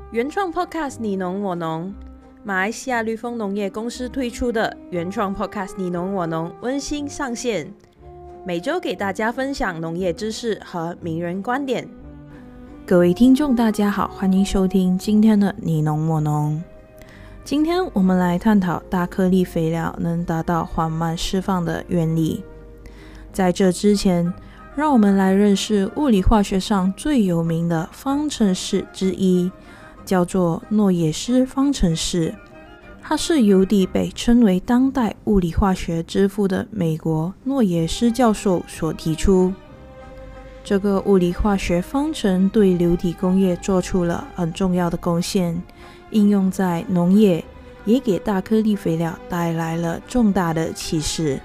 原创 Podcast 你侬我侬，马来西亚绿丰农业公司推出的原创 Podcast 你侬我侬温馨上线，每周给大家分享农业知识和名人观点。各位听众大家好，欢迎收听今天的你侬我侬。今天我们来探讨大颗粒肥料能达到缓慢释放的原理。在这之前，让我们来认识物理化学上最有名的方程式之一，叫做诺也斯方程式。它是由地被称为当代物理化学之父的美国诺也斯教授所提出。这个物理化学方程对流体工业做出了很重要的贡献，应用在农业，也给大颗粒肥料带来了重大的启示。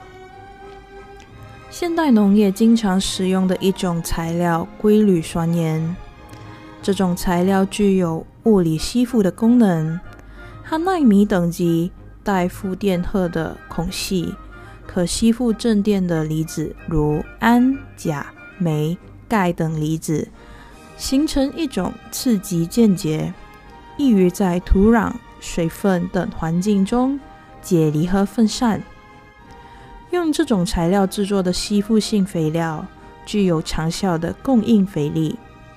现代农业经常使用的一种材料硅铝酸盐，这种材料具有物理吸附的功能，它奈米等级带负电荷的孔隙，可吸附正电的离子，如氨、钾、镁、钙等离子，形成一种次级键结，易于在土壤、水分等环境中解离和分散。用这种材料制作的吸附性肥料具有长效的供应肥力。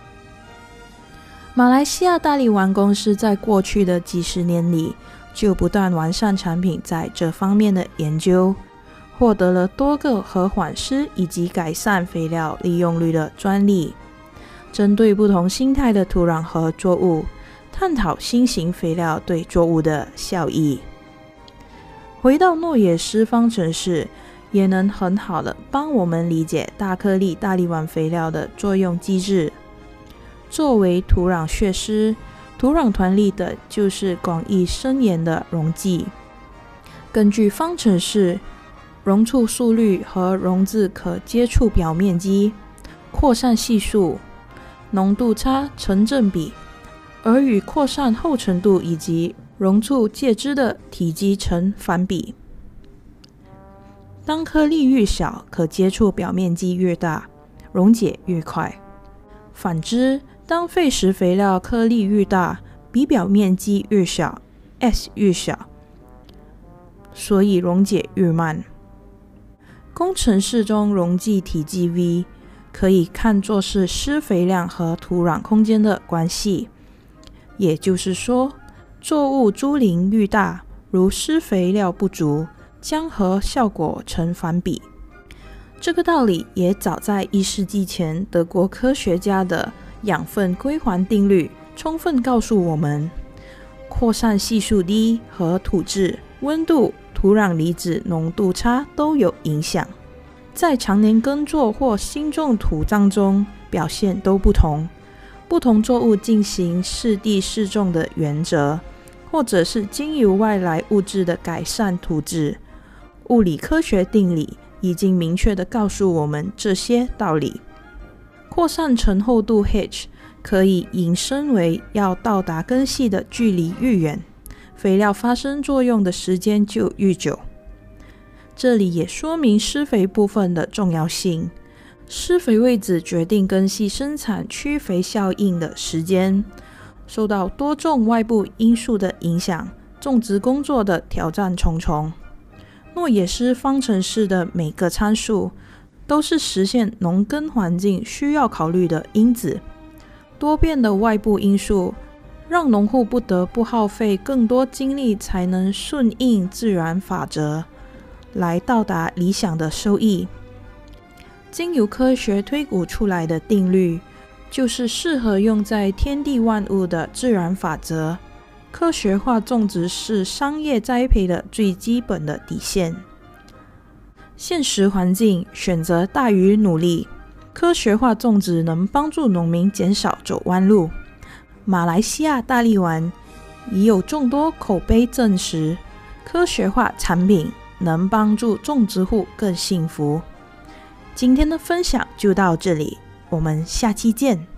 马来西亚大力丸公司在过去的几十年里就不断完善产品在这方面的研究，获得了多个和缓释以及改善肥料利用率的专利，针对不同形态的土壤和作物，探讨新型肥料对作物的效益。回到诺也斯方程式，也能很好的帮我们理解大颗粒大力丸肥料的作用机制。作为土壤血丝，土壤团粒的就是广义生盐的溶剂。根据方程式，溶处速率和溶质可接触表面积、扩散系数、浓度差成正比，而与扩散后程度以及溶处介质的体积成反比。当颗粒越小，可接触表面积越大，溶解越快。反之，当废食肥料颗粒越大，比表面积越小 ，S 越小，所以溶解越慢。工程式中溶剂体积 V 可以看作是施肥量和土壤空间的关系，也就是说，作物株龄愈大，如施肥料不足，将和效果成反比。这个道理也早在1世纪前德国科学家的养分归还定律充分告诉我们，扩散系数低和土质、温度、土壤离子浓度差都有影响，在常年耕作或新种土壤中表现都不同。不同作物进行适地适种的原则，或者是经由外来物质的改善土质，物理科学定理已经明确地告诉我们这些道理。扩散层厚度 H 可以引申为要到达根系的距离越远，肥料发生作用的时间就越久。这里也说明施肥部分的重要性。施肥位置决定根系生产驱肥效应的时间，受到多种外部因素的影响，种植工作的挑战重重。诺也斯方程式的每个参数都是实现农耕环境需要考虑的因子。多变的外部因素让农户不得不耗费更多精力才能顺应自然法则，来到达理想的收益。经由科学推估出来的定律，就是适合用在天地万物的自然法则。科学化种植是商业栽培的最基本的底线。现实环境选择大于努力，科学化种植能帮助农民减少走弯路。马来西亚大力丸已有众多口碑证实，科学化产品能帮助种植户更幸福。今天的分享就到这里，我们下期见。